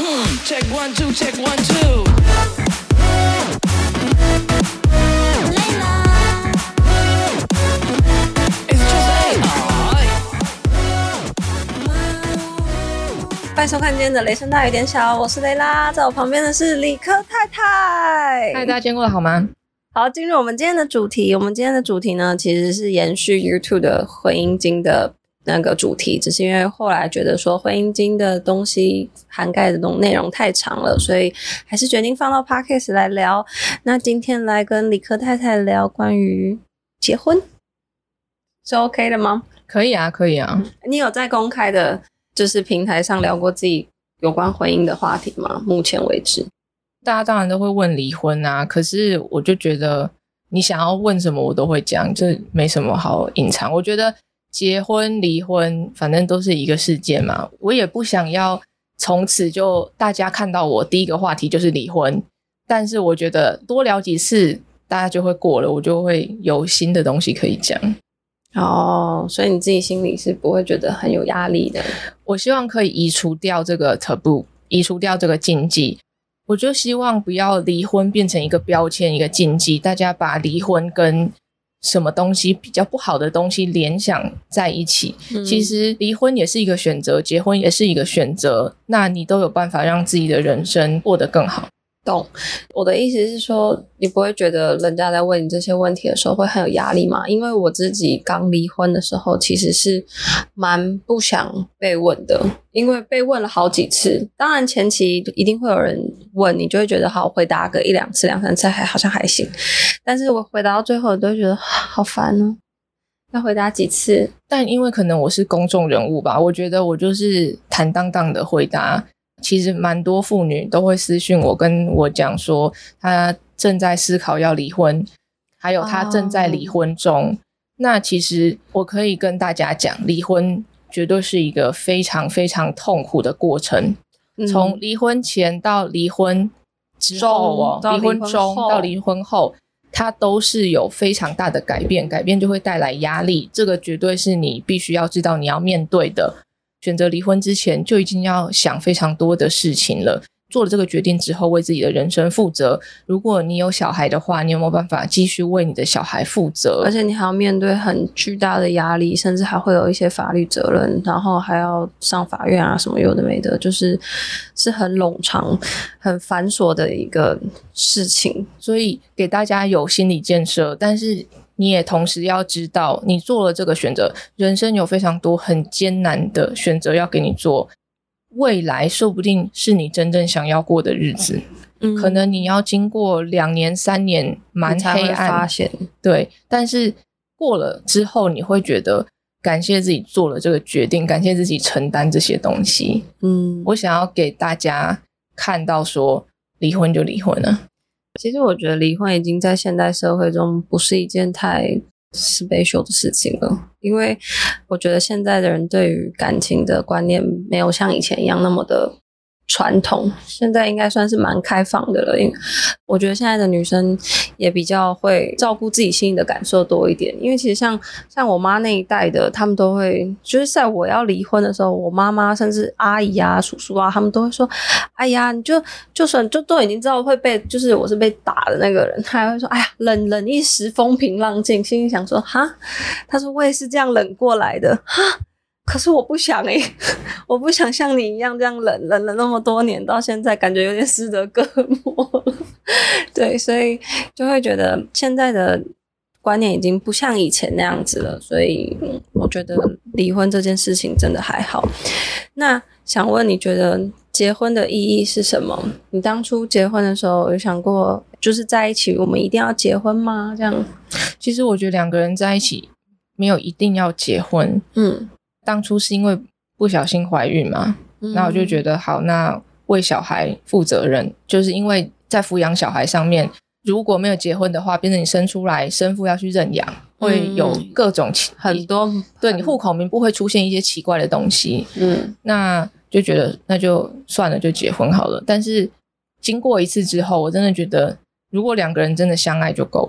Check 1 2 check 1 2。 欢迎收看今天的雷声大雨点小，我是雷拉，在我旁边的是理科太太。 嗨，大家今天过得好吗？ 好，进入我们今天的主题。我们今天的主题呢，其实是延续 YouTube 的婚姻经的那个主题，只是因为后来觉得说婚姻经的东西涵盖的内容太长了，所以还是决定放到 Podcast 来聊。那今天来跟理科太太聊关于结婚，是 OK 的吗？ 可以啊，可以啊。 你有在公开的就是平台上聊过自己有关婚姻的话题吗？目前为止大家当然都会问离婚啊，可是我就觉得你想要问什么我都会讲，这没什么好隐藏。我觉得结婚离婚反正都是一个事件嘛，我也不想要从此就大家看到我第一个话题就是离婚，但是我觉得多聊几次大家就会过了，我就会有新的东西可以讲。 哦，所以你自己心里是不会觉得很有压力的。 我希望可以移除掉这个 taboo， 移除掉这个禁忌。我就希望不要离婚变成一个标签，一个禁忌，大家把离婚跟什么东西比较不好的东西联想在一起。其实离婚也是一个选择，结婚也是一个选择，那你都有办法让自己的人生过得更好。 懂，我的意思是说，你不会觉得人家在问你这些问题的时候会很有压力吗？因为我自己刚离婚的时候其实是蛮不想被问的，因为被问了好几次，当然前期一定会有人问你，就会觉得好回答个一两次两三次好像还行，但是我回答到最后都会觉得好烦哦，要回答几次。 但因为可能我是公众人物吧，我觉得我就是坦荡荡的回答。其实蛮多妇女都会私讯我，跟我讲说她正在思考要离婚，还有她正在离婚中。那其实我可以跟大家讲，离婚绝对是一个非常非常痛苦的过程。从离婚前到离婚之后离婚中到离婚后，它都是有非常大的改变，改变就会带来压力，这个绝对是你必须要知道你要面对的。选择离婚之前就已经要想非常多的事情了，做了这个决定之后为自己的人生负责。如果你有小孩的话，你有没有办法继续为你的小孩负责？ 而且你还要面对很巨大的压力，甚至还会有一些法律责任，然后还要上法院啊什么有的没的，就是很冗长很繁琐的一个事情。 所以给大家有心理建设，但是你也同时要知道你做了这个选择，人生有非常多很艰难的选择要给你做，未来说不定是你真正想要过的日子。可能你要经过2年3年蛮黑暗， 你才会发现。 对，但是过了之后你会觉得感谢自己做了这个决定，感谢自己承担这些东西。我想要给大家看到说离婚就离婚了。 其实我觉得离婚已经在现代社会中不是一件太 special 的事情了，因为我觉得现在的人对于感情的观念没有像以前一样那么的传统，现在应该算是蛮开放的了。因为我觉得现在的女生也比较会照顾自己心里的感受多一点，因为其实像我妈那一代的，他们都会就是在我要离婚的时候，我妈妈甚至阿姨啊叔叔啊，他们都会说哎呀你就算就都已经知道会被就是我是被打的那个人，他还会说哎呀忍一时风平浪静，心里想说哈，他说我也是这样忍过来的哈，可是我不想我不想像你一样这样忍了那么多年，到现在感觉有点斯德哥尔摩了。对，所以就会觉得现在的观念已经不像以前那样子了，所以我觉得离婚这件事情真的还好。那想问你觉得结婚的意义是什么？你当初结婚的时候有想过就是在一起我们一定要结婚吗？这样？ 其实我觉得2个人在一起没有一定要结婚。当初是因为不小心怀孕嘛，那我就觉得好，那为小孩负责任，就是因为在抚养小孩上面，如果没有结婚的话，变成你生出来生父要去认养，会有各种很多， 对，你户口名簿会出现一些奇怪的东西。那就觉得那就算了，就结婚好了。但是经过一次之后，我真的觉得如果2个人真的相爱就够了。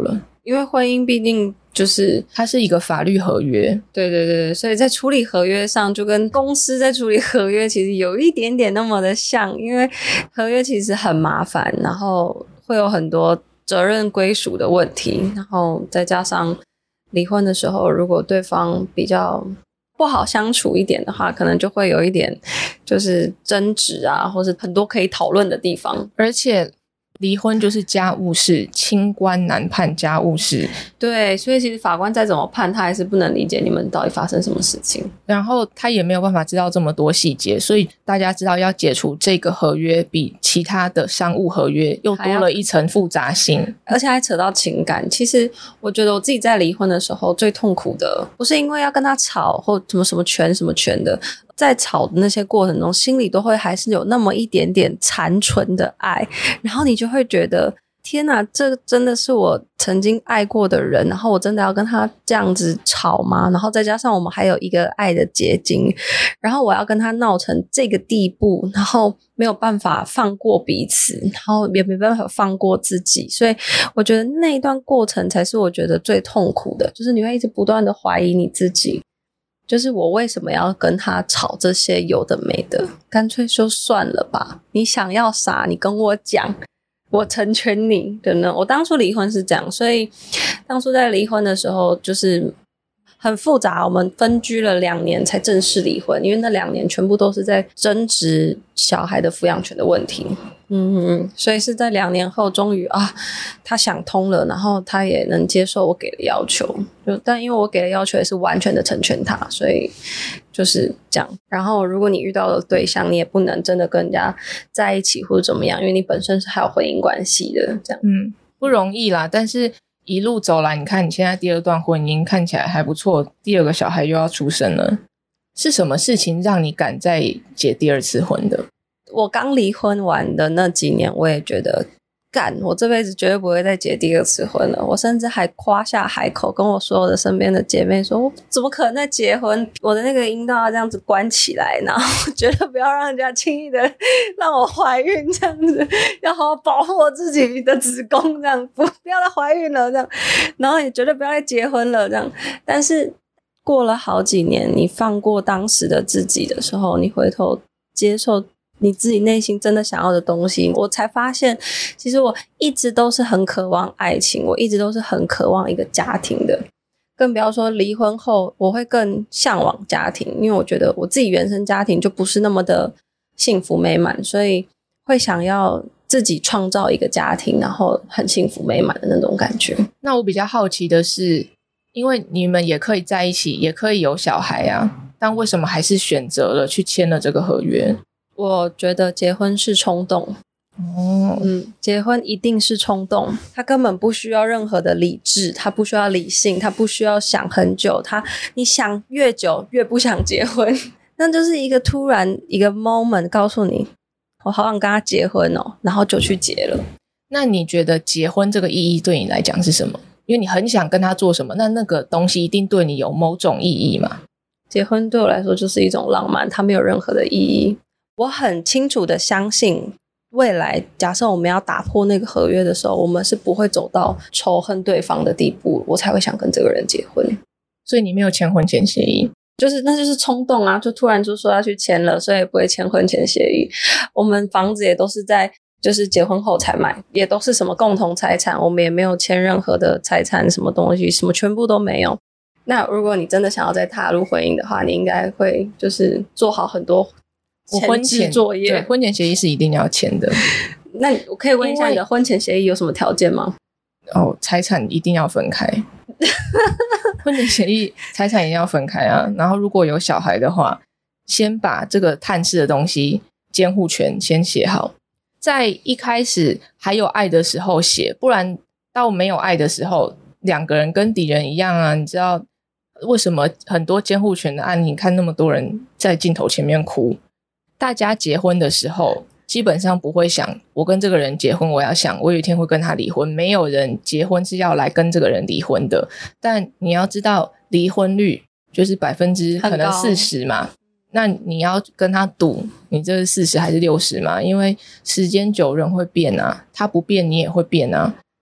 因为婚姻毕竟就是它是一个法律合约。 对对对，所以在处理合约上就跟公司在处理合约其实有一点点那么的像，因为合约其实很麻烦，然后会有很多责任归属的问题，然后再加上离婚的时候，如果对方比较不好相处一点的话，可能就会有一点就是争执啊，或是很多可以讨论的地方。 而且离婚就是家务事，清官难判家务事。 对，所以其实法官再怎么判，他还是不能理解你们到底发生什么事情， 然后他也没有办法知道这么多细节，所以大家知道要解除这个合约比其他的商务合约又多了一层复杂性， 而且还扯到情感。其实我觉得我自己在离婚的时候最痛苦的不是因为要跟他吵或什么什么权什么权的，在吵的那些过程中心里都会还是有那么一点点残存的爱，然后你就会觉得天哪，这真的是我曾经爱过的人，然后我真的要跟他这样子吵吗？然后再加上我们还有一个爱的结晶，然后我要跟他闹成这个地步，然后没有办法放过彼此，然后也没办法放过自己，所以我觉得那一段过程才是我觉得最痛苦的，就是你会一直不断的怀疑你自己，就是我为什么要跟他吵这些有的没的，干脆就算了吧，你想要啥你跟我讲，我成全你的呢。我当初离婚是这样，所以当初在离婚的时候就是很复杂，我们分居了2年才正式离婚，因为那2年全部都是在争执小孩的抚养权的问题。所以是在2年后终于他想通了，然后他也能接受我给的要求，但因为我给的要求也是完全的成全他，所以就是这样。然后如果你遇到了对象，你也不能真的跟人家在一起或者怎么样，因为你本身是还有婚姻关系的，这样不容易啦。但是一路走来，你看你现在第2段婚姻看起来还不错，第2个小孩又要出生了，是什么事情让你敢再结第2次婚的？ 我刚离婚完的那几年，我也觉得我这辈子绝对不会再结第2次婚了。我甚至还夸下海口，跟我所有的身边的姐妹说，我怎么可能再结婚？我的那个阴道要这样子关起来，然后绝对不要让人家轻易的让我怀孕，这样子要好好保护我自己的子宫，这样不要再怀孕了，这样，然后也绝对不要再结婚了，这样。但是过了好几年，你放过当时的自己的时候，你回头接受你自己内心真的想要的东西，我才发现其实我一直都是很渴望爱情，我一直都是很渴望一个家庭的，更不要说离婚后我会更向往家庭，因为我觉得我自己原生家庭就不是那么的幸福美满，所以会想要自己创造一个家庭，然后很幸福美满的那种感觉。 那我比较好奇的是，因为你们也可以在一起，也可以有小孩啊，但为什么还是选择了去签了这个合约？ 我觉得结婚是冲动。结婚一定是冲动，他根本不需要任何的理智，他不需要理性，他不需要想很久，你想越久越不想结婚，那就是一个突然一个 moment 告诉你我好想跟他结婚哦，然后就去结了。 那你觉得结婚这个意义对你来讲是什么？因为你很想跟他做什么，那个东西一定对你有某种意义嘛。 结婚对我来说就是一种浪漫，它没有任何的意义。我很清楚的相信未来假设我们要打破那个合约的时候，我们是不会走到仇恨对方的地步，我才会想跟这个人结婚。 所以你没有签婚前协议？ 那就是冲动啊，就突然就说要去签了，所以不会签婚前协议。我们房子也都是在就是结婚后才买，也都是什么共同财产，我们也没有签任何的财产什么东西，什么全部都没有。那如果你真的想要再踏入婚姻的话，你应该会就是做好很多前置作业。 对，婚前协议是一定要签的。 那我可以问一下你的婚前协议有什么条件吗？ 财产一定要分开。婚前协议财产一定要分开啊，然后如果有小孩的话，先把这个探视的东西监护权先写好，在一开始还有爱的时候写，不然到没有爱的时候2个人跟敌人一样啊。你知道为什么很多监护权的案例看那么多人在镜头前面哭？大家结婚的时候基本上不会想我跟这个人结婚，我要想我有一天会跟他离婚，没有人结婚是要来跟这个人离婚的。但你要知道离婚率就是40%可能40%嘛，那你要跟他赌你这是40还是60嘛，因为时间久人会变啊，他不变你也会变啊。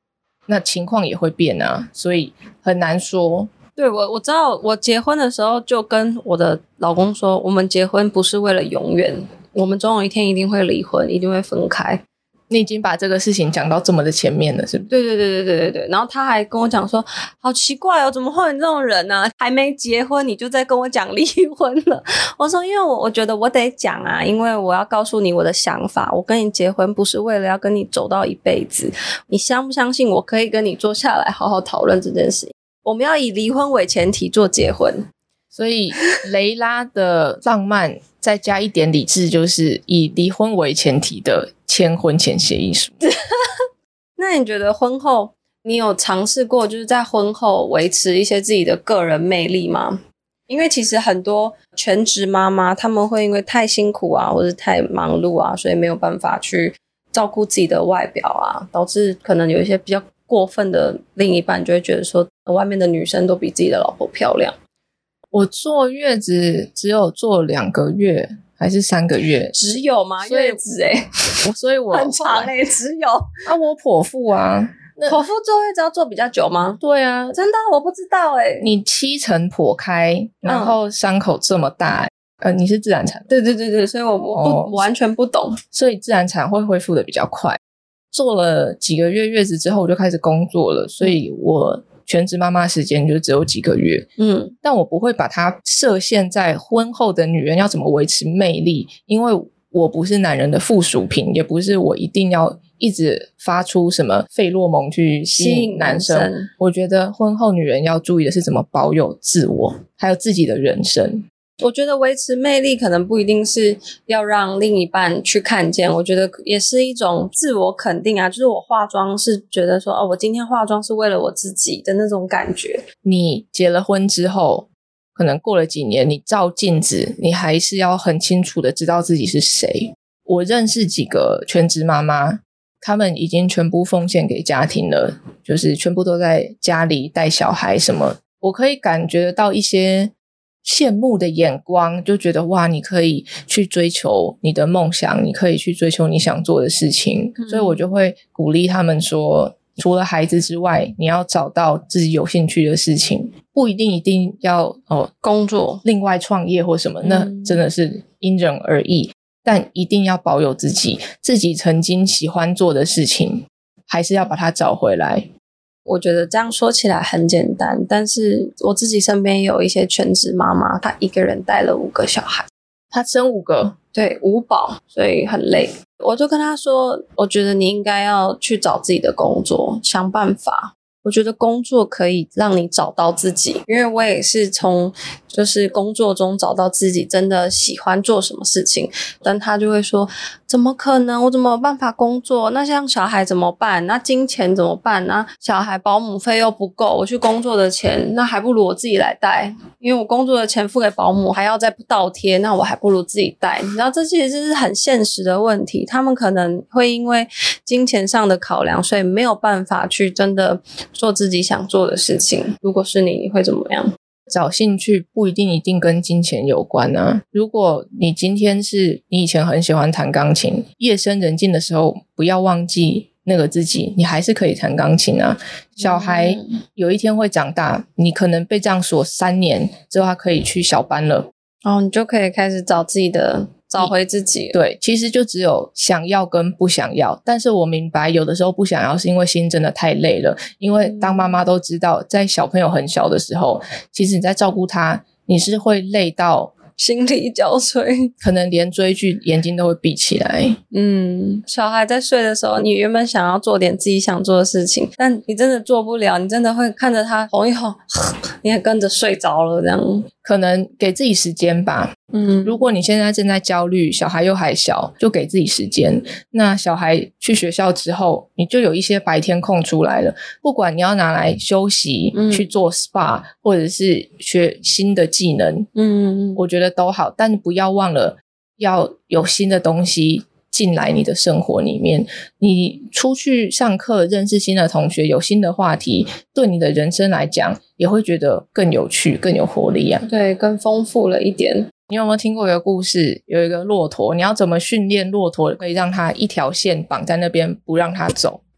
那情况也会变啊，所以很难说。 对，我知道，我结婚的时候就跟我的老公说，我们结婚不是为了永远，我们总有一天一定会离婚，一定会分开。 你已经把这个事情讲到这么的前面了，是不是？ 对。然后他还跟我讲说，好奇怪哦，怎么会有这种人呢？还没结婚你就在跟我讲离婚了。我说，因为我觉得我得讲啊，因为我要告诉你我的想法。我跟你结婚不是为了要跟你走到一辈子，你相不相信我可以跟你坐下来好好讨论这件事？我们要以离婚为前提做结婚。 所以雷拉的浪漫再加一点理智，就是以离婚为前提的签婚前协议书。 那你觉得婚后你有尝试过就是在婚后维持一些自己的个人魅力吗？因为其实很多全职妈妈她们会因为太辛苦啊或者太忙碌啊，所以没有办法去照顾自己的外表啊，导致可能有一些比较过分的另一半就会觉得说外面的女生都比自己的老婆漂亮。 我坐月子只有坐2个月还是3个月？ 只有吗？月子所以我很长只有啊，我剖腹啊， 剖腹坐月子要坐比较久吗？ 对啊， 真的我不知道你 7层剖开，然后伤口这么大，你是自然产？ 对，所以我完全不懂， 所以自然产会恢复的比较快。做了几个月月子之后，我就开始工作了，所以我全职妈妈时间就只有几个月，但我不会把它设限在婚后的女人要怎么维持魅力，因为我不是男人的附属品，也不是我一定要一直发出什么费洛蒙去吸引男生。我觉得婚后女人要注意的是怎么保有自我，还有自己的人生。 我觉得维持魅力可能不一定是要让另一半去看见，我觉得也是一种自我肯定啊，就是我化妆是觉得说我今天化妆是为了我自己的那种感觉。 你结了婚之后，可能过了几年，你照镜子，你还是要很清楚的知道自己是谁。我认识几个全职妈妈，她们已经全部奉献给家庭了，就是全部都在家里带小孩什么，我可以感觉得到一些羡慕的眼光，就觉得哇，你可以去追求你的梦想，你可以去追求你想做的事情，所以我就会鼓励他们说，除了孩子之外，你要找到自己有兴趣的事情，不一定要工作另外创业或什么，那真的是因人而异，但一定要保有自己曾经喜欢做的事情，还是要把它找回来。 我觉得这样说起来很简单，但是我自己身边有一些全职妈妈，她一个人带了5个小孩， 她生5个， 对，5宝，所以很累。我就跟她说，我觉得你应该要去找自己的工作，想办法。我觉得工作可以让你找到自己，因为我也是从就是工作中找到自己真的喜欢做什么事情。但他就会说，怎么可能？我怎么有办法工作？那像小孩怎么办？那金钱怎么办？那小孩保姆费又不够，我去工作的钱，那还不如我自己来带，因为我工作的钱付给保姆还要再倒贴，那我还不如自己带。你知道这其实是很现实的问题，他们可能会因为金钱上的考量，所以没有办法去真的做自己想做的事情。如果是你会怎么样？ 找兴趣不一定跟金钱有关啊。如果你今天是你以前很喜欢弹钢琴，夜深人静的时候不要忘记那个自己，你还是可以弹钢琴啊。小孩有一天会长大，你可能被这样锁3年之后他可以去小班了， 你就可以开始找自己的，找回自己。 对，其实就只有想要跟不想要，但是我明白有的时候不想要是因为心真的太累了，因为当妈妈都知道在小朋友很小的时候，其实你在照顾他，你是会累到心力交瘁， 可能连追剧眼睛都会闭起来。 小孩在睡的时候，你原本想要做点自己想做的事情，但你真的做不了，你真的会看着他哄一哄，你也跟着睡着了这样。 可能给自己时间吧。如果你现在正在焦虑，小孩又还小，就给自己时间。那小孩去学校之后，你就有一些白天空出来了，不管你要拿来休息，去做 SPA 或者是学新的技能，我觉得都好，但不要忘了要有新的东西进来你的生活里面。你出去上课认识新的同学，有新的话题，对你的人生来讲也会觉得更有趣更有活力啊。 对，更丰富了一点。 你有没有听过一个故事，有一个骆驼，你要怎么训练骆驼可以让它一条线绑在那边不让它走？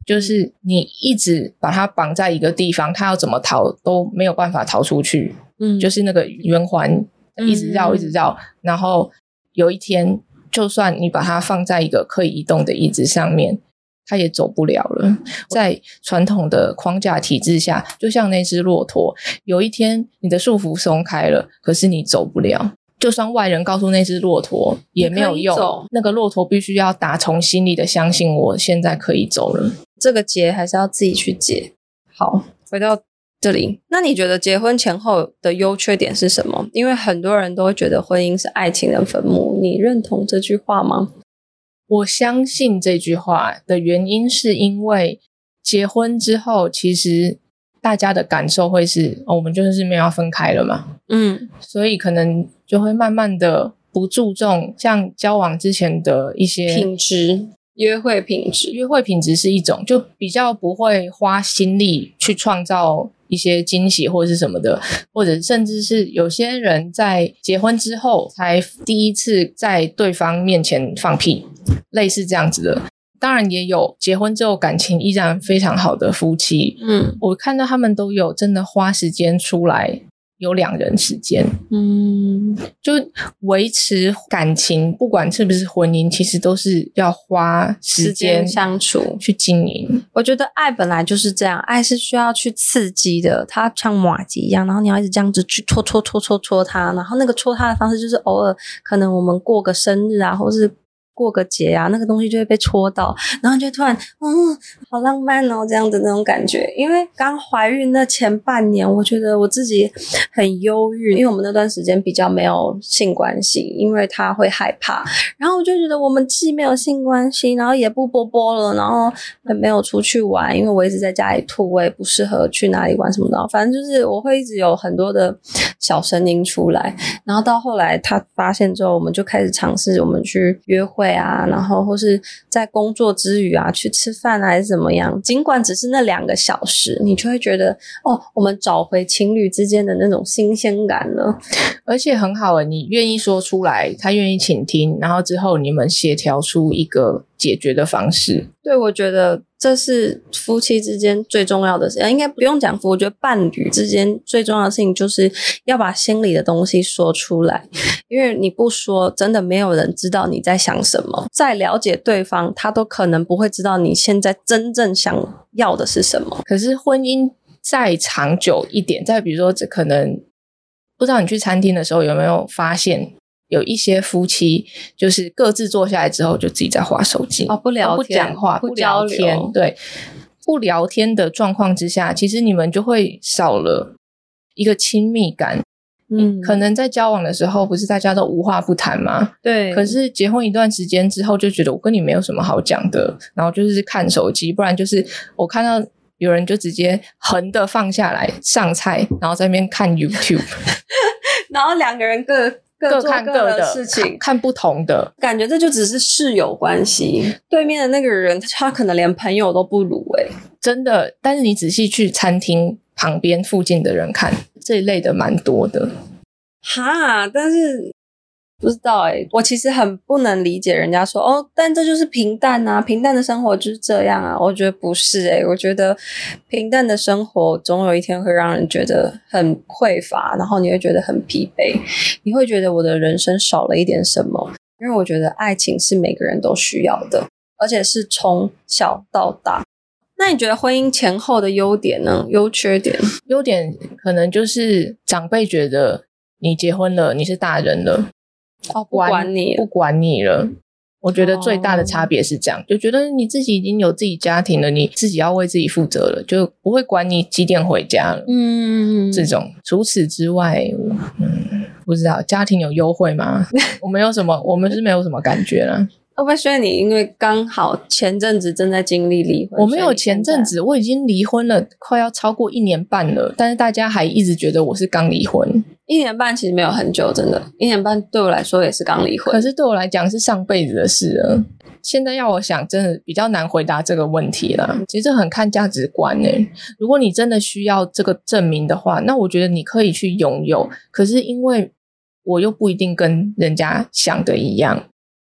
就是你一直把它绑在一个地方，它要怎么逃都没有办法逃出去，就是那个圆环一直绕一直绕，然后有一天就算你把它放在一个可以移动的椅子上面，它也走不了了。在传统的框架体制下，就像那只骆驼，有一天你的束缚松开了，可是你走不了，就算外人告诉那只骆驼也没有用，那个骆驼必须要打从心里的相信我现在可以走了， 这个结还是要自己去解。好，回到这里，那你觉得结婚前后的优缺点是什么？因为很多人都会觉得婚姻是爱情的坟墓，你认同这句话吗？ 我相信这句话的原因是因为结婚之后其实大家的感受会是我们就是没有要分开了嘛，所以可能就会慢慢的不注重像交往之前的一些品质，约会品质是一种，就比较不会花心力去创造一些惊喜或者是什么的，或者甚至是有些人在结婚之后才第一次在对方面前放屁，类似这样子的。当然也有结婚之后感情依然非常好的夫妻，我看到他们都有真的花时间出来，有2人时间，就维持感情，不管是不是婚姻，其实都是要花时间相处去经营。 我觉得爱本来就是这样，爱是需要去刺激的，它像麻糬一样，然后你要一直这样子去戳它，然后那个戳它的方式就是偶尔可能我们过个生日啊，或是过个节啊，那个东西就会被戳到，然后就突然好浪漫哦，这样的那种感觉。因为刚怀孕那前半年，我觉得我自己很忧郁，因为我们那段时间比较没有性关系，因为他会害怕，然后我就觉得我们既没有性关系，然后也不啵啵了，然后也没有出去玩，因为我一直在家里吐，我也不适合去哪里玩什么的，反正就是我会一直有很多的小声音出来，然后到后来他发现之后，我们就开始尝试我们去约会啊，然后或是在工作之余啊去吃饭啊还是怎么样，尽管只是那2个小时，你就会觉得我们找回情侣之间的那种新鲜感了。 而且很好你愿意说出来，他愿意倾听，然后之后你们协调出一个解决的方式。 对，我觉得这是夫妻之间最重要的事情，应该不用讲我觉得伴侣之间最重要的事情就是要把心里的东西说出来，因为你不说真的没有人知道你在想什么，再了解对方他都可能不会知道你现在真正想要的是什么。 可是婚姻再长久一点，再比如说这可能不知道你去餐厅的时候有没有发现有一些夫妻就是各自坐下来之后就自己在滑手机， 不聊天， 不讲话， 不交流， 不聊天，对，不聊天的状况之下，其实你们就会少了一个亲密感。可能在交往的时候不是大家都无话不谈吗？ 对， 可是结婚一段时间之后就觉得我跟你没有什么好讲的，然后就是看手机，不然就是我看到有人就直接横的放下来上菜，然后在那边看 YouTube 然后2个人各看各的事情， 看不同的， 感觉这就只是室友关系，对面的那个人他可能连朋友都不如真的。但是你仔细去餐厅旁边附近的人看，这一类的蛮多的但是不知道我其实很不能理解人家说但这就是平淡啊，平淡的生活就是这样啊。我觉得不是我觉得平淡的生活总有一天会让人觉得很匮乏，然后你会觉得很疲惫，你会觉得我的人生少了一点什么。因为我觉得爱情是每个人都需要的，而且是从小到大。那你觉得婚姻前后的优点呢？优缺点？ 优点可能就是长辈觉得你结婚了，你是大人了， 不管你了。我觉得最大的差别是这样，就觉得你自己已经有自己家庭了，你自己要为自己负责了，就不会管你几点回家了。这种。除此之外，不知道家庭有优惠吗？我们是没有什么感觉啦。 会不会是你因为刚好前阵子正在经历离婚？ 我没有前阵子，我已经离婚了快要超过1年半了，但是大家还一直觉得我是刚离婚。 1年半其实没有很久，真的1年半对我来说也是刚离婚， 可是对我来讲是上辈子的事了。现在要我想真的比较难回答这个问题啦。其实这很看价值观如果你真的需要这个证明的话，那我觉得你可以去拥有，可是因为我又不一定跟人家想的一样，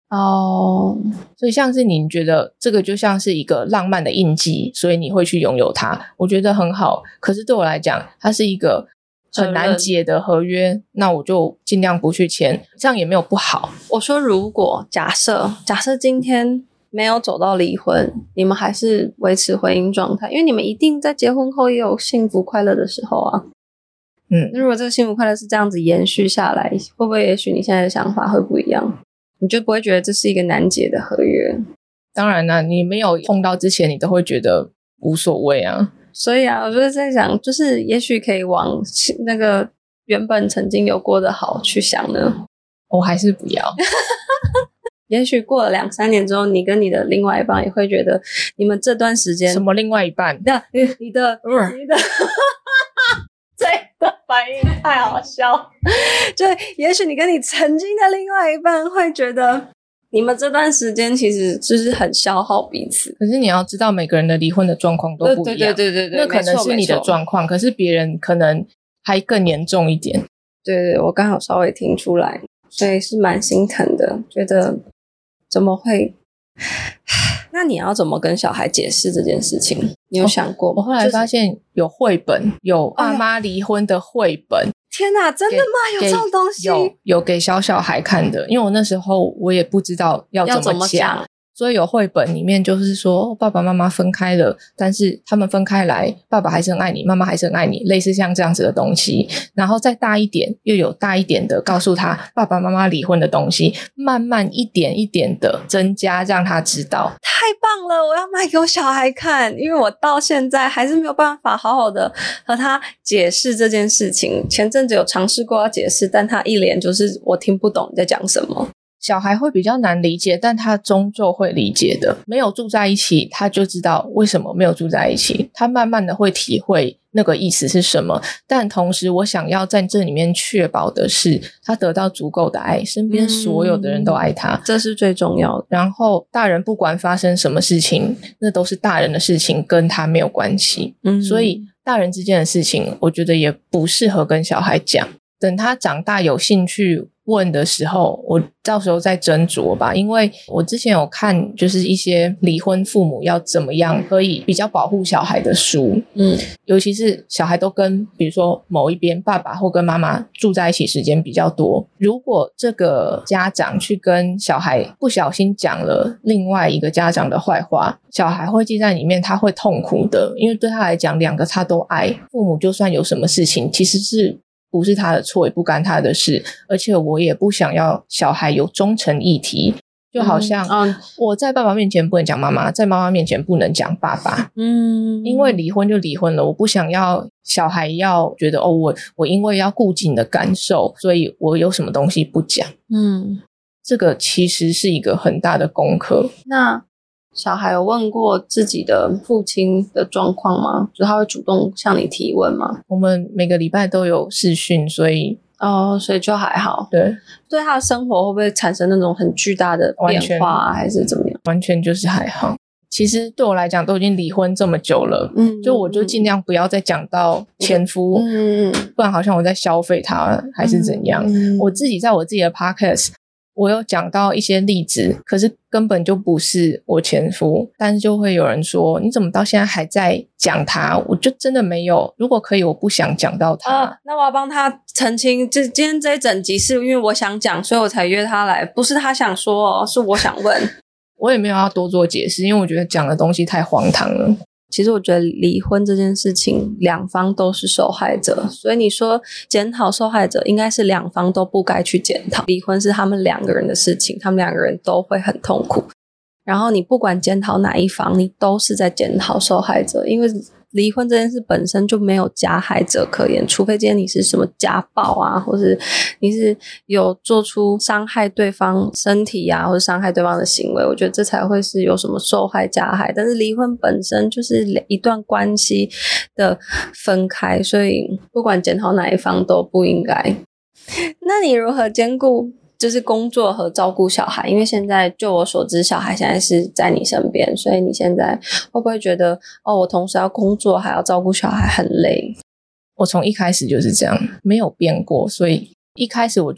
哦， 所以像是你觉得这个就像是一个浪漫的印记，所以你会去拥有它，我觉得很好。可是对我来讲，它是一个很难解的合约，那我就尽量不去签，这样也没有不好。 我说如果假设今天没有走到离婚，你们还是维持婚姻状态，因为你们一定在结婚后也有幸福快乐的时候啊。如果这个幸福快乐是这样子延续下来，会不会也许你现在的想法会不一样？你就不会觉得这是一个难解的合约？ 当然啦，你没有碰到之前，你都会觉得无所谓啊。 所以啊，我就在想，就是也许可以往那个原本曾经有过的好去想呢。 我还是不要。 也许过了2-3年之后，你跟你的另外一半也会觉得，你们这段时间什么另外一半？ 你的这个反应太好笑。就也许你跟你曾经的另外一半会觉得，你们这段时间其实就是很消耗彼此。 可是你要知道，每个人的离婚的状况都不一样。 对， 那可能是你的状况，可是别人可能还更严重一点。 对，我刚好稍微听出来，所以是蛮心疼的，觉得怎么会？那你要怎么跟小孩解释这件事情？你有想过吗？ 我后来发现有绘本，有爸妈离婚的绘本。 天哪，真的吗？有这种东西？ 有给小孩看的，因为我那时候我也不知道要怎么讲，所以有绘本里面就是说爸爸妈妈分开了，但是他们分开来，爸爸还是很爱你，妈妈还是很爱你，类似像这样子的东西。然后再大一点，又有大一点的告诉他爸爸妈妈离婚的东西，慢慢一点一点的增加，让他知道。 太棒了，我要买给我小孩看，因为我到现在还是没有办法好好的和他解释这件事情。前阵子有尝试过要解释，但他一脸就是我听不懂你在讲什么。 小孩会比较难理解，但他终究会理解的。没有住在一起，他就知道为什么没有住在一起，他慢慢的会体会那个意思是什么。但同时我想要在这里面确保的是他得到足够的爱，身边所有的人都爱他， 这是最重要的。 然后大人不管发生什么事情，那都是大人的事情，跟他没有关系。所以大人之间的事情我觉得也不适合跟小孩讲，等他长大有兴趣问的时候，我到时候再斟酌吧。因为我之前有看就是一些离婚父母要怎么样可以比较保护小孩的书，尤其是小孩都跟比如说某一边爸爸或跟妈妈住在一起时间比较多，如果这个家长去跟小孩不小心讲了另外一个家长的坏话，小孩会记在里面，他会痛苦的。因为对他来讲，两个他都爱，父母就算有什么事情其实是不是他的错，也不干他的事，而且我也不想要小孩有忠诚议题，就好像我在爸爸面前不能讲妈妈，在妈妈面前不能讲爸爸，因为离婚就离婚了，我不想要小孩要觉得我因为要顾及你的感受，所以我有什么东西不讲。这个其实是一个很大的功课。 那小孩有问过自己的父亲的状况吗？就是他会主动向你提问吗？ 我们每个礼拜都有视讯，所以就还好。 对他的生活会不会产生那种很巨大的变化还是怎么样？ 完全就是还好。其实对我来讲都已经离婚这么久了，我就尽量不要再讲到前夫，不然好像我在消费他还是怎样。我自己在我自己的 podcast我有讲到一些例子，可是根本就不是我前夫，但是就会有人说你怎么到现在还在讲他，我就真的没有，如果可以我不想讲到他。 那我要帮他澄清，今天这一整集是因为我想讲，所以我才约他来，不是他想说是我想问。 我也没有要多做解释，因为我觉得讲的东西太荒唐了。 其实我觉得离婚这件事情两方都是受害者，所以你说检讨受害者应该是两方都不该去检讨，离婚是他们两个人的事情，他们两个人都会很痛苦，然后你不管检讨哪一方，你都是在检讨受害者，因为离婚这件事本身就没有加害者可言，除非今天你是什么家暴啊，或是你是有做出伤害对方身体啊，或者伤害对方的行为，我觉得这才会是有什么受害加害。但是离婚本身就是一段关系的分开，所以不管检讨哪一方都不应该。那你如何兼顾就是工作和照顾小孩？因为现在就我所知小孩现在是在你身边，所以你现在会不会觉得我同时要工作还要照顾小孩很累？ 我从一开始就是这样，没有变过，所以一开始我就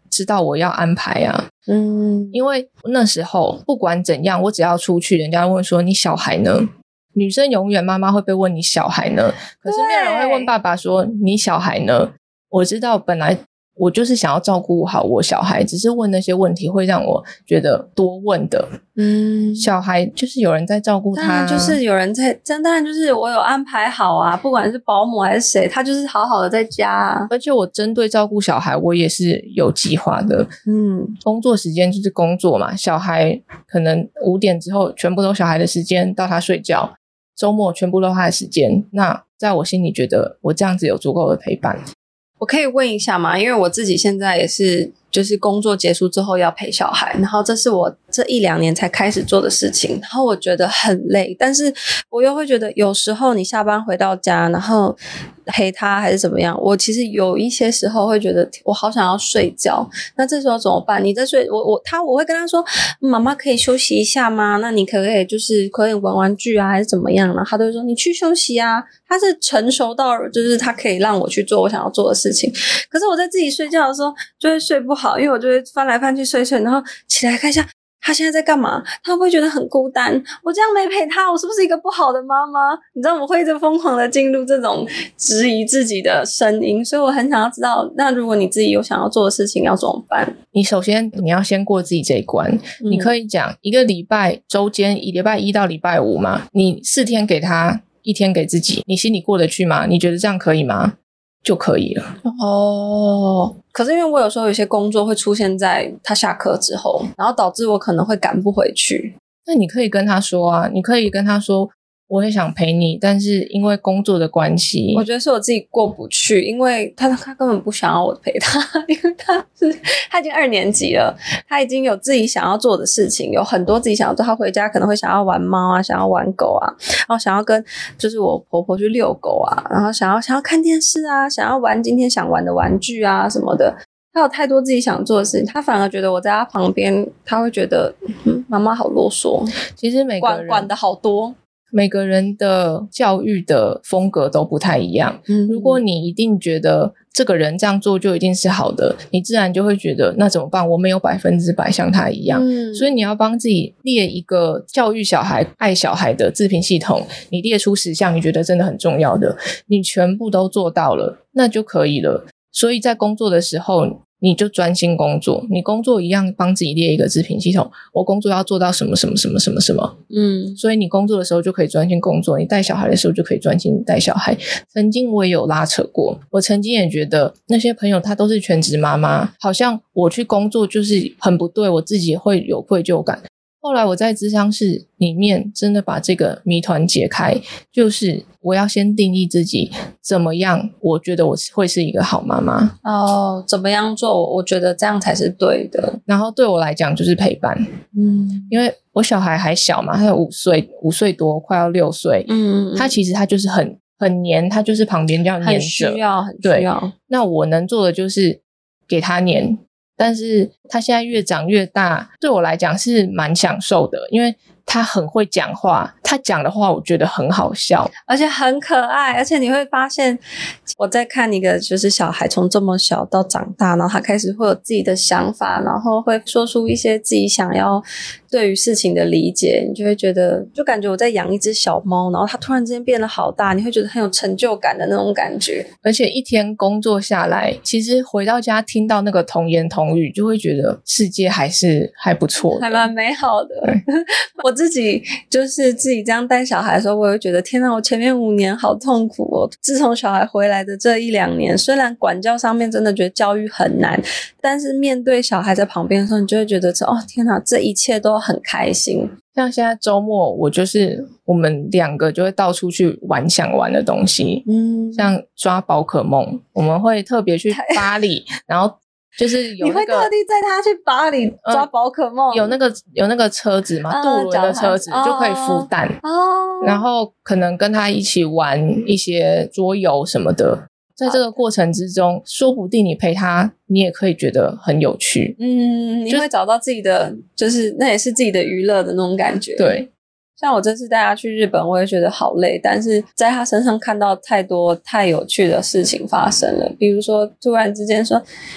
知道我要安排啊。因为那时候不管怎样，我只要出去，人家问说你小孩呢？女生永远妈妈会被问你小孩呢，可是没有人会问爸爸说你小孩呢。我知道本来我就是想要照顾好我小孩，只是问那些问题会让我觉得多问的。小孩就是有人在照顾他， 当然就是有人在，当然就是我有安排好啊，不管是保姆还是谁，他就是好好的在家啊。 而且我针对照顾小孩，我也是有计划的。工作时间就是工作嘛，小孩可能5点之后全部都小孩的时间，到他睡觉，周末全部都他的时间。那在我心里觉得我这样子有足够的陪伴。 我可以问一下吗？因为我自己现在也是就是工作结束之后要陪小孩，然后这是我这1-2年才开始做的事情，然后我觉得很累，但是我又会觉得有时候你下班回到家然后陪他还是怎么样，我其实有一些时候会觉得我好想要睡觉，那这时候怎么办？你在睡，我会跟他说妈妈可以休息一下吗？那你可不可以就是可以玩玩具啊还是怎么样，然后他都会说你去休息啊，他是成熟到就是他可以让我去做我想要做的事情。可是我在自己睡觉的时候就会睡不好，因为我就会翻来翻去睡，然后起来看一下他现在在干嘛，他会不会觉得很孤单，我这样没陪他，我是不是一个不好的妈妈？你知道我会一直疯狂的进入这种质疑自己的声音，所以我很想要知道，那如果你自己有想要做的事情要怎么办？ 你首先你要先过自己这一关。你可以讲一个礼拜周间，礼拜1到礼拜5嘛，你4天给他，1天给自己，你心里过得去吗？你觉得这样可以吗？就可以了。 可是因为我有时候有些工作会出现在他下课之后，然后导致我可能会赶不回去。 那你可以跟他说啊，你可以跟他说我也想陪你，但是因为工作的关系， 我觉得是我自己过不去，因为他根本不想要我陪他，因为他已经2年级了，他已经有自己想要做的事情，有很多自己想要做。他回家可能会想要玩猫啊，想要玩狗啊，然后想要跟就是我婆婆去遛狗啊，然后想要看电视啊，想要玩今天想玩的玩具啊什么的。他有太多自己想做的事情，他反而觉得我在他旁边，他会觉得妈妈好啰嗦。 其实每个人管的好多。 每个人的教育的风格都不太一样。如果你一定觉得这个人这样做就一定是好的，你自然就会觉得那怎么办？我没有100%像他一样。所以你要帮自己列一个教育小孩、爱小孩的自评系统，你列出10项你觉得真的很重要的，你全部都做到了，那就可以了。所以在工作的时候你就专心工作，你工作一样帮自己列一个自评系统，我工作要做到什么什么什么什么什么。所以你工作的时候就可以专心工作，你带小孩的时候就可以专心带小孩。曾经我也有拉扯过，我曾经也觉得那些朋友她都是全职妈妈，好像我去工作就是很不对，我自己会有愧疚感。后来我在咨商室里面真的把这个谜团解开，就是我要先定义自己怎么样我觉得我会是一个好妈妈。 怎么样做我觉得这样才是对的。 然后对我来讲就是陪伴。因为我小孩还小嘛，他有5岁多快要6岁。他其实他就是很黏，他就是旁边这样黏着，很需要。 对， 那我能做的就是给他黏，但是他现在越长越大，对我来讲是蛮享受的，因为他很会讲话，他讲的话我觉得很好笑， 而且很可爱。而且你会发现我在看一个就是小孩从这么小到长大，然后他开始会有自己的想法，然后会说出一些自己想要对于事情的理解，你就会觉得就感觉我在养一只小猫，然后它突然之间变得好大，你会觉得很有成就感的那种感觉。 而且一天工作下来，其实回到家听到那个童言童语，就会觉得世界还不错的， 还蛮美好的。我自己就是自己这样带小孩的时候，我会觉得天哪，我前面5年好痛苦哦。自从小孩回来的这1-2年，虽然管教上面真的觉得教育很难，但是面对小孩在旁边的时候，你就会觉得天哪，这一切都很开心。 像现在周末我们2个就会到处去玩想玩的东西。像抓宝可梦，我们会特别去巴黎然后就是有你会特地载他去巴黎抓宝可梦？ 有那个车子嘛，渡轮的车子就可以孵蛋然后可能跟他一起玩一些桌游什么的。在这个过程之中，说不定你陪他，你也可以觉得很有趣。 你会找到自己的，就是那也是自己的娱乐的那种感觉。 对， 像我这次带他去日本，我也觉得好累，但是在他身上看到太多太有趣的事情发生了。比如说突然之间说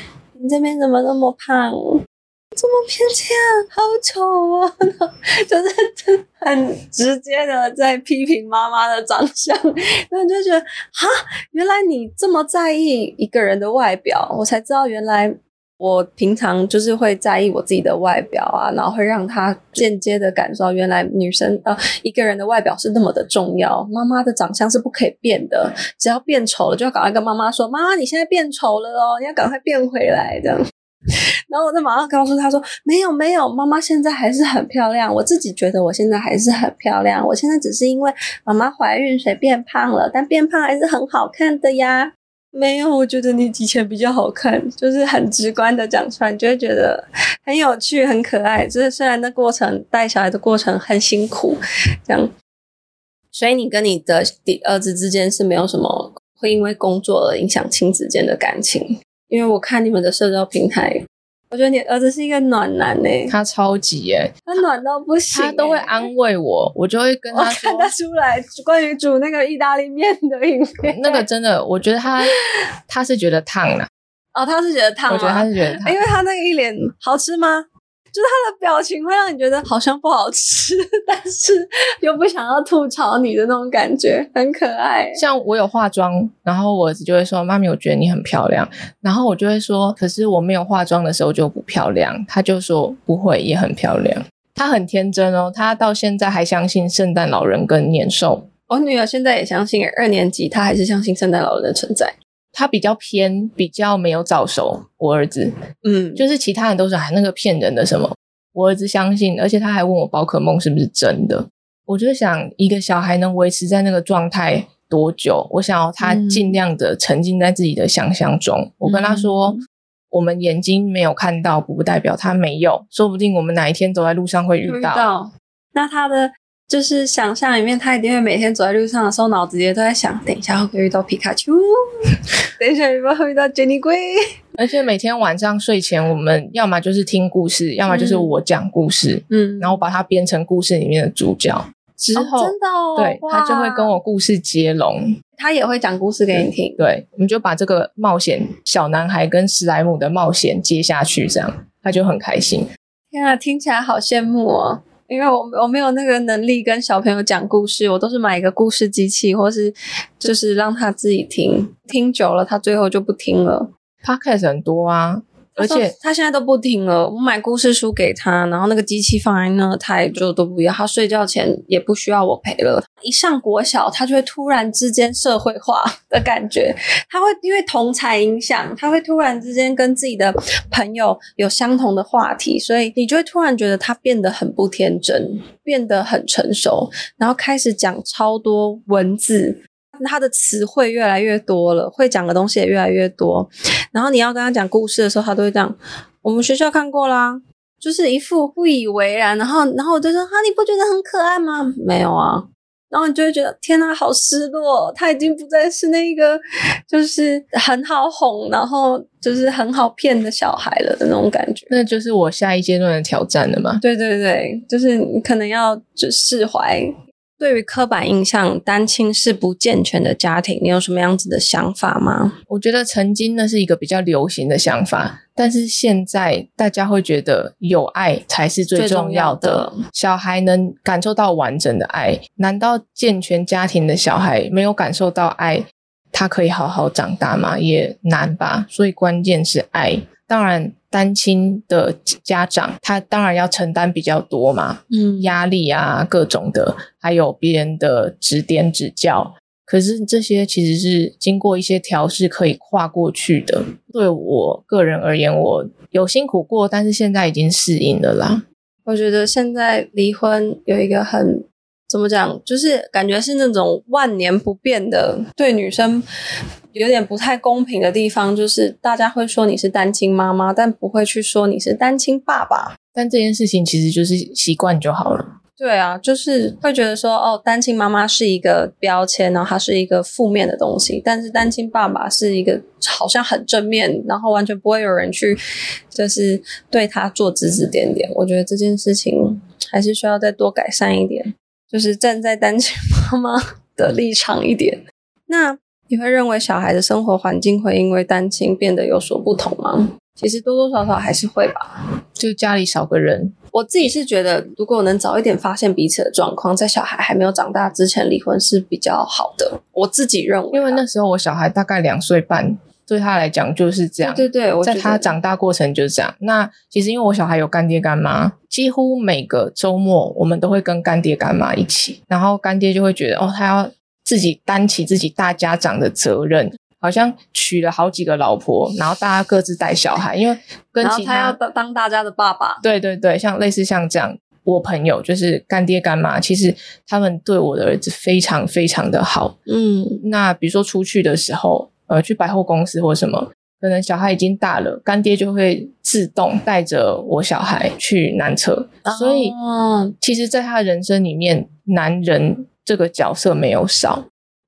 你这边怎么那么胖？怎么变这样？好丑哦！就是很直接的在批评妈妈的长相，然后就觉得哈，原来你这么在意一个人的外表，我才知道原来我平常就是会在意我自己的外表啊，然后会让他间接的感受到原来女生一个人的外表是那么的重要，妈妈的长相是不可以变的，只要变丑了就要赶快跟妈妈说，妈妈你现在变丑了哦，你要赶快变回来这样。然后我就马上告诉他说没有没有，妈妈现在还是很漂亮，我自己觉得我现在还是很漂亮，我现在只是因为妈妈怀孕所以变胖了，但变胖还是很好看的呀。没有，我觉得你以前比较好看，就是很直观的讲出来，你就会觉得很有趣很可爱，就是虽然那过程带小孩的过程很辛苦这样。所以你跟你的儿子之间是没有什么会因为工作而影响亲子间的感情？因为我看你们的社交平台，我觉得你儿子是一个暖男欸， 他超级耶， 他暖到不行欸， 他都会安慰我，我就会跟他说， 我看得出来关于煮那个意大利面的影片， 那个真的，我觉得他是觉得烫啦， 哦，他是觉得烫吗？ 我觉得他是觉得烫， 因为他那个一脸好吃吗？就是他的表情会让你觉得好像不好吃，但是又不想要吐槽你的那种感觉，很可爱。 像我有化妆，然后我儿子就会说妈咪我觉得你很漂亮，然后我就会说可是我没有化妆的时候就不漂亮，他就说不会也很漂亮。他很天真哦，他到现在还相信圣诞老人跟年兽。 我女儿现在也相信，2年级她还是相信圣诞老人的存在。 他比较偏，比较没有早熟，我儿子就是其他人都是那个骗人的什么，我儿子相信，而且他还问我宝可梦是不是真的。我就想一个小孩能维持在那个状态多久，我想要他尽量的沉浸在自己的想象中。我跟他说我们眼睛没有看到不代表他没有，说不定我们哪一天走在路上会遇到。 那他的就是想象里面，他一定会每天走在路上的时候，脑子里都在想，等一下会不会遇到皮卡丘，等一下会不会遇到珍妮龟。 而且每天晚上睡前，我们要么就是听故事，要么就是我讲故事，然后把它编成故事里面的主角。之后真的哦， 对，他就会跟我故事接龙， 他也会讲故事给你听。 对，我们就把这个冒险小男孩跟史莱姆的冒险接下去，这样他就很开心。 天啊，听起来好羡慕哦。因为我没有那个能力跟小朋友讲故事，我都是买一个故事机器，或是就是让他自己听，听久了他最后就不听了。 Podcast 很多啊，而且他现在都不听了。我买故事书给他，然后那个机器放在那，他也就都不要。他睡觉前也不需要我陪了。一上国小，他就会突然之间社会化的感觉。他会因为同侪影响，他会突然之间跟自己的朋友有相同的话题，所以你就会突然觉得他变得很不天真，变得很成熟，然后开始讲超多文字。他的词汇越来越多了，会讲的东西也越来越多，然后你要跟他讲故事的时候，他都会这样，我们学校看过啦，就是一副不以为然，然后我就说你不觉得很可爱吗？没有啊。然后你就会觉得天哪，好失落，他已经不再是那个就是很好哄，然后就是很好骗的小孩了的那种感觉。 那就是我下一阶段的挑战了嘛。 对对对，就是你可能要就释怀。对于刻板印象，单亲是不健全的家庭，你有什么样子的想法吗？ 我觉得曾经那是一个比较流行的想法，但是现在大家会觉得有爱才是最重要的，小孩能感受到完整的爱。难道健全家庭的小孩没有感受到爱，他可以好好长大吗？也难吧。所以关键是爱。当然单亲的家长他当然要承担比较多嘛，压力啊各种的，还有别人的指点指教，可是这些其实是经过一些调试可以跨过去的。对我个人而言，我有辛苦过，但是现在已经适应了啦。 我觉得现在离婚有一个很怎么讲，就是感觉是那种万年不变的，对女生有点不太公平的地方，就是大家会说你是单亲妈妈，但不会去说你是单亲爸爸。 但这件事情其实就是习惯就好了。 对啊，就是会觉得说单亲妈妈是一个标签，然后它是一个负面的东西，但是单亲爸爸是一个好像很正面，然后完全不会有人去就是对他做指指点点。我觉得这件事情还是需要再多改善一点，就是站在单亲妈妈的立场一点。那你会认为小孩的生活环境会因为单亲变得有所不同吗？ 其实多多少少还是会吧， 就家里少个人。 我自己是觉得，如果能早一点发现彼此的状况，在小孩还没有长大之前离婚是比较好的。我自己认为， 因为那时候我小孩大概2岁半，对他来讲就是这样。 对对对， 在他长大过程就是这样。那其实因为我小孩有干爹干妈，几乎每个周末我们都会跟干爹干妈一起，然后干爹就会觉得他要自己担起自己大家长的责任。好像娶了好几个老婆，然后大家各自带小孩，因为跟其他， 然后他要当大家的爸爸。 对对对，类似像这样，我朋友就是干爹干妈，其实他们对我的儿子非常非常的好。那比如说出去的时候，去百货公司或什么，可能小孩已经大了，干爹就会自动带着我小孩去男厕。所以其实在他的人生里面，男人这个角色没有少。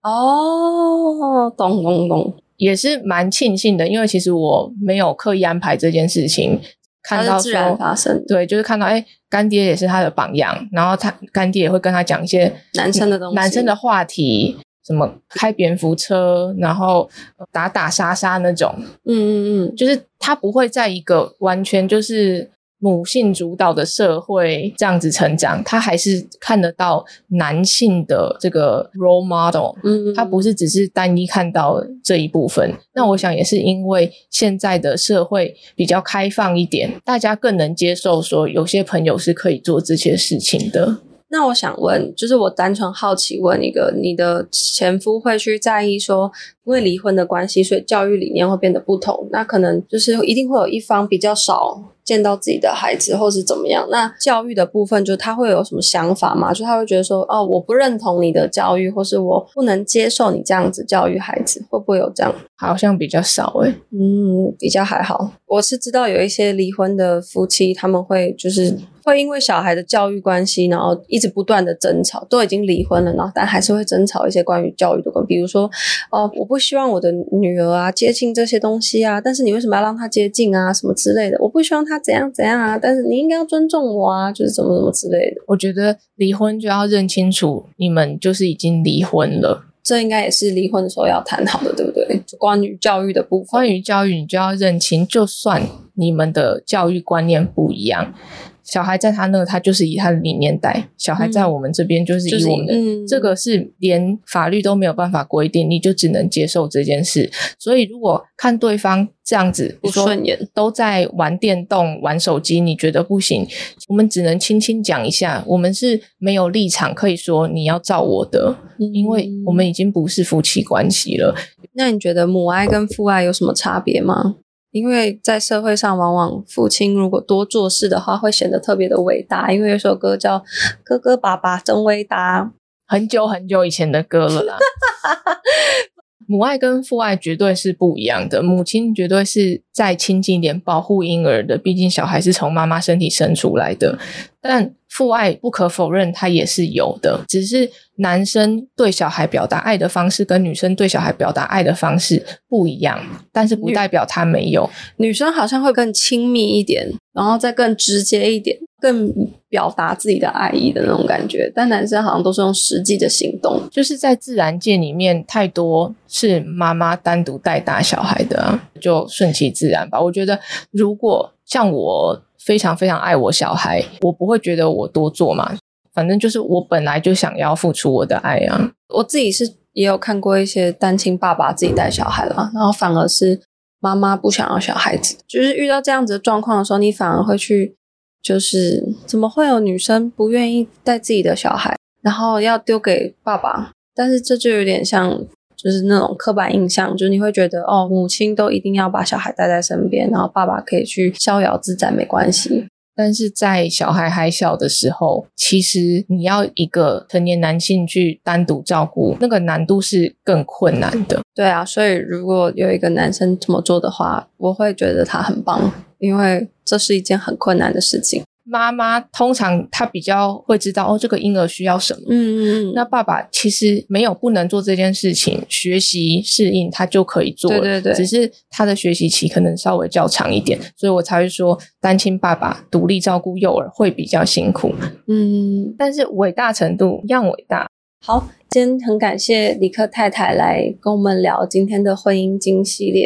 懂， 也是蛮庆幸的，因为其实我没有刻意安排这件事情，看到它是自然发生。 对，就是看到干爹也是他的榜样，然后干爹也会跟他讲一些男生的东西， 男生的话题，什么开蝙蝠车，然后打杀那种。就是他不会在一个完全就是母性主导的社会这样子成长，他还是看得到男性的这个 role model。他不是只是单一看到这一部分。那我想也是因为现在的社会比较开放一点，大家更能接受说有些朋友是可以做这些事情的。 那我想问，就是我单纯好奇问一个，你的前夫会去在意说，因为离婚的关系，所以教育理念会变得不同，那可能就是一定会有一方比较少见到自己的孩子，或是怎么样。那教育的部分，就他会有什么想法吗？就他会觉得说，我不认同你的教育，或是我不能接受你这样子教育孩子，会不会有这样？ 好像比较少比较还好。我是知道有一些离婚的夫妻，他们会就是会因为小孩的教育关系，然后一直不断的争吵，都已经离婚了，然后但还是会争吵一些关于教育的关系，比如说我不希望我的女儿啊接近这些东西啊，但是你为什么要让她接近啊什么之类的，我不希望她怎样怎样啊，但是你应该要尊重我啊，就是怎么怎么之类的。 我觉得离婚就要认清楚你们就是已经离婚了， 这应该也是离婚的时候要谈好的，对不对？就关于教育的部分， 关于教育你就要认清，就算你们的教育观念不一样，小孩在他那他就是以他的理念带，小孩在我们这边就是以我们的，这个是连法律都没有办法规定，你就只能接受这件事。所以如果看对方这样子不顺眼， 都在玩电动玩手机，你觉得不行，我们只能轻轻讲一下，我们是没有立场可以说你要照我的，因为我们已经不是夫妻关系了。 那你觉得母爱跟父爱有什么差别吗？因为在社会上往往父亲如果多做事的话会显得特别的伟大，因为有首歌叫哥哥爸爸真伟大， 很久很久以前的歌了啦母爱跟父爱绝对是不一样的，母亲绝对是再亲近一点保护婴儿的，毕竟小孩是从妈妈身体生出来的，但父爱不可否认它也是有的，只是男生对小孩表达爱的方式跟女生对小孩表达爱的方式不一样，但是不代表他没有。 女生好像会更亲密一点，然后再更直接一点，更表达自己的爱意的那种感觉，但男生好像都是用实际的行动。 就是在自然界里面太多是妈妈单独带大小孩的啊，就顺其自然吧。我觉得如果像我非常非常爱我小孩，我不会觉得我多做嘛，反正就是我本来就想要付出我的爱啊。 我自己是也有看过一些单亲爸爸自己带小孩啦，然后反而是妈妈不想要小孩子，就是遇到这样子的状况的时候，你反而会去就是怎么会有女生不愿意带自己的小孩，然后要丢给爸爸，但是这就有点像就是那种刻板印象，就是你会觉得母亲都一定要把小孩带在身边，然后爸爸可以去逍遥自在没关系。 但是在小孩还小的时候，其实你要一个成年男性去单独照顾，那个难度是更困难的。 对啊，所以如果有一个男生这么做的话，我会觉得他很棒，因为这是一件很困难的事情。 妈妈通常她比较会知道这个婴儿需要什么，那爸爸其实没有不能做这件事情，学习适应他就可以做了， 对对对， 只是他的学习期可能稍微较长一点，所以我才会说单亲爸爸独立照顾幼儿会比较辛苦，但是伟大程度一样伟大。 好，今天很感谢理科太太来跟我们聊今天的婚姻经系列，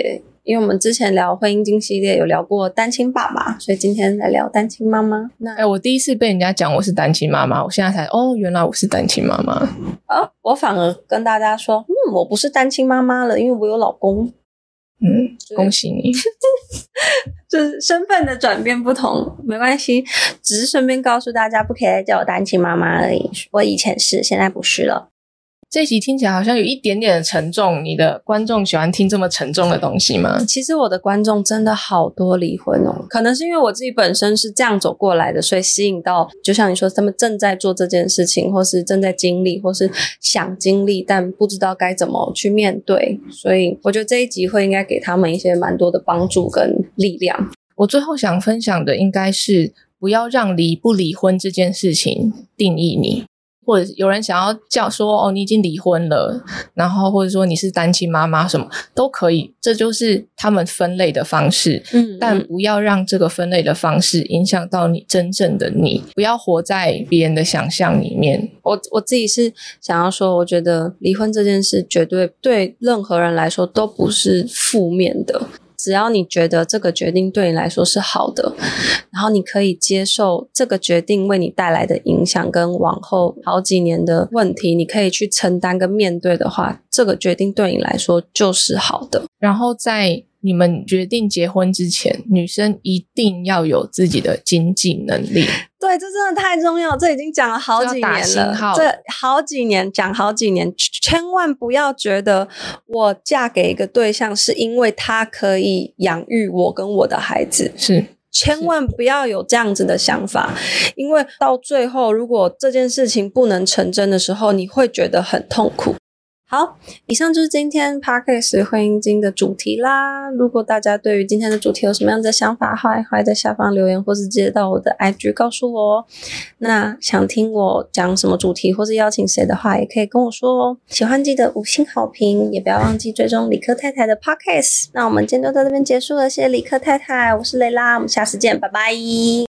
因为我们之前聊婚姻经系列有聊过单亲爸爸，所以今天来聊单亲妈妈。那我第一次被人家讲我是单亲妈妈，我现在才原来我是单亲妈妈。 我反而跟大家说我不是单亲妈妈了，因为我有老公。 恭喜你。 就是身份的转变不同没关系，只是顺便告诉大家不可以再叫我单亲妈妈而已，我以前是，现在不是了。 这一集听起来好像有一点点的沉重，你的观众喜欢听这么沉重的东西吗？ 其实我的观众真的好多离婚哦，可能是因为我自己本身是这样走过来的，所以吸引到就像你说他们正在做这件事情，或是正在经历，或是想经历但不知道该怎么去面对，所以我觉得这一集会应该给他们一些蛮多的帮助跟力量。 我最后想分享的应该是不要让离不离婚这件事情定义你，或者有人想要叫说你已经离婚了，然后或者说你是单亲妈妈什么都可以，这就是他们分类的方式。但不要让这个分类的方式影响到你真正的你，不要活在别人的想象里面。 我自己是想要说，我觉得离婚这件事绝对对任何人来说都不是负面的，只要你觉得这个决定对你来说是好的，然后你可以接受这个决定为你带来的影响跟往后好几年的问题，你可以去承担跟面对的话，这个决定对你来说就是好的。 然后在你们决定结婚之前，女生一定要有自己的经济能力。 对，这真的太重要，这已经讲了好几年了，这好几年讲好几年，千万不要觉得我嫁给一个对象是因为他可以养育我跟我的孩子，千万不要有这样子的想法，因为到最后如果这件事情不能成真的时候，你会觉得很痛苦。好，以上就是今天 Podcast 婚姻经的主题啦。如果大家对于今天的主题有什么样的想法，欢迎在下方留言，或是直接到我的 IG 告诉我哦。那想听我讲什么主题，或是邀请谁的话，也可以跟我说哦。喜欢记得5星好评，也不要忘记追踪理科太太的 Podcast。那我们今天就到这边结束了，谢谢理科太太，我是蕾拉，我们下次见，拜拜。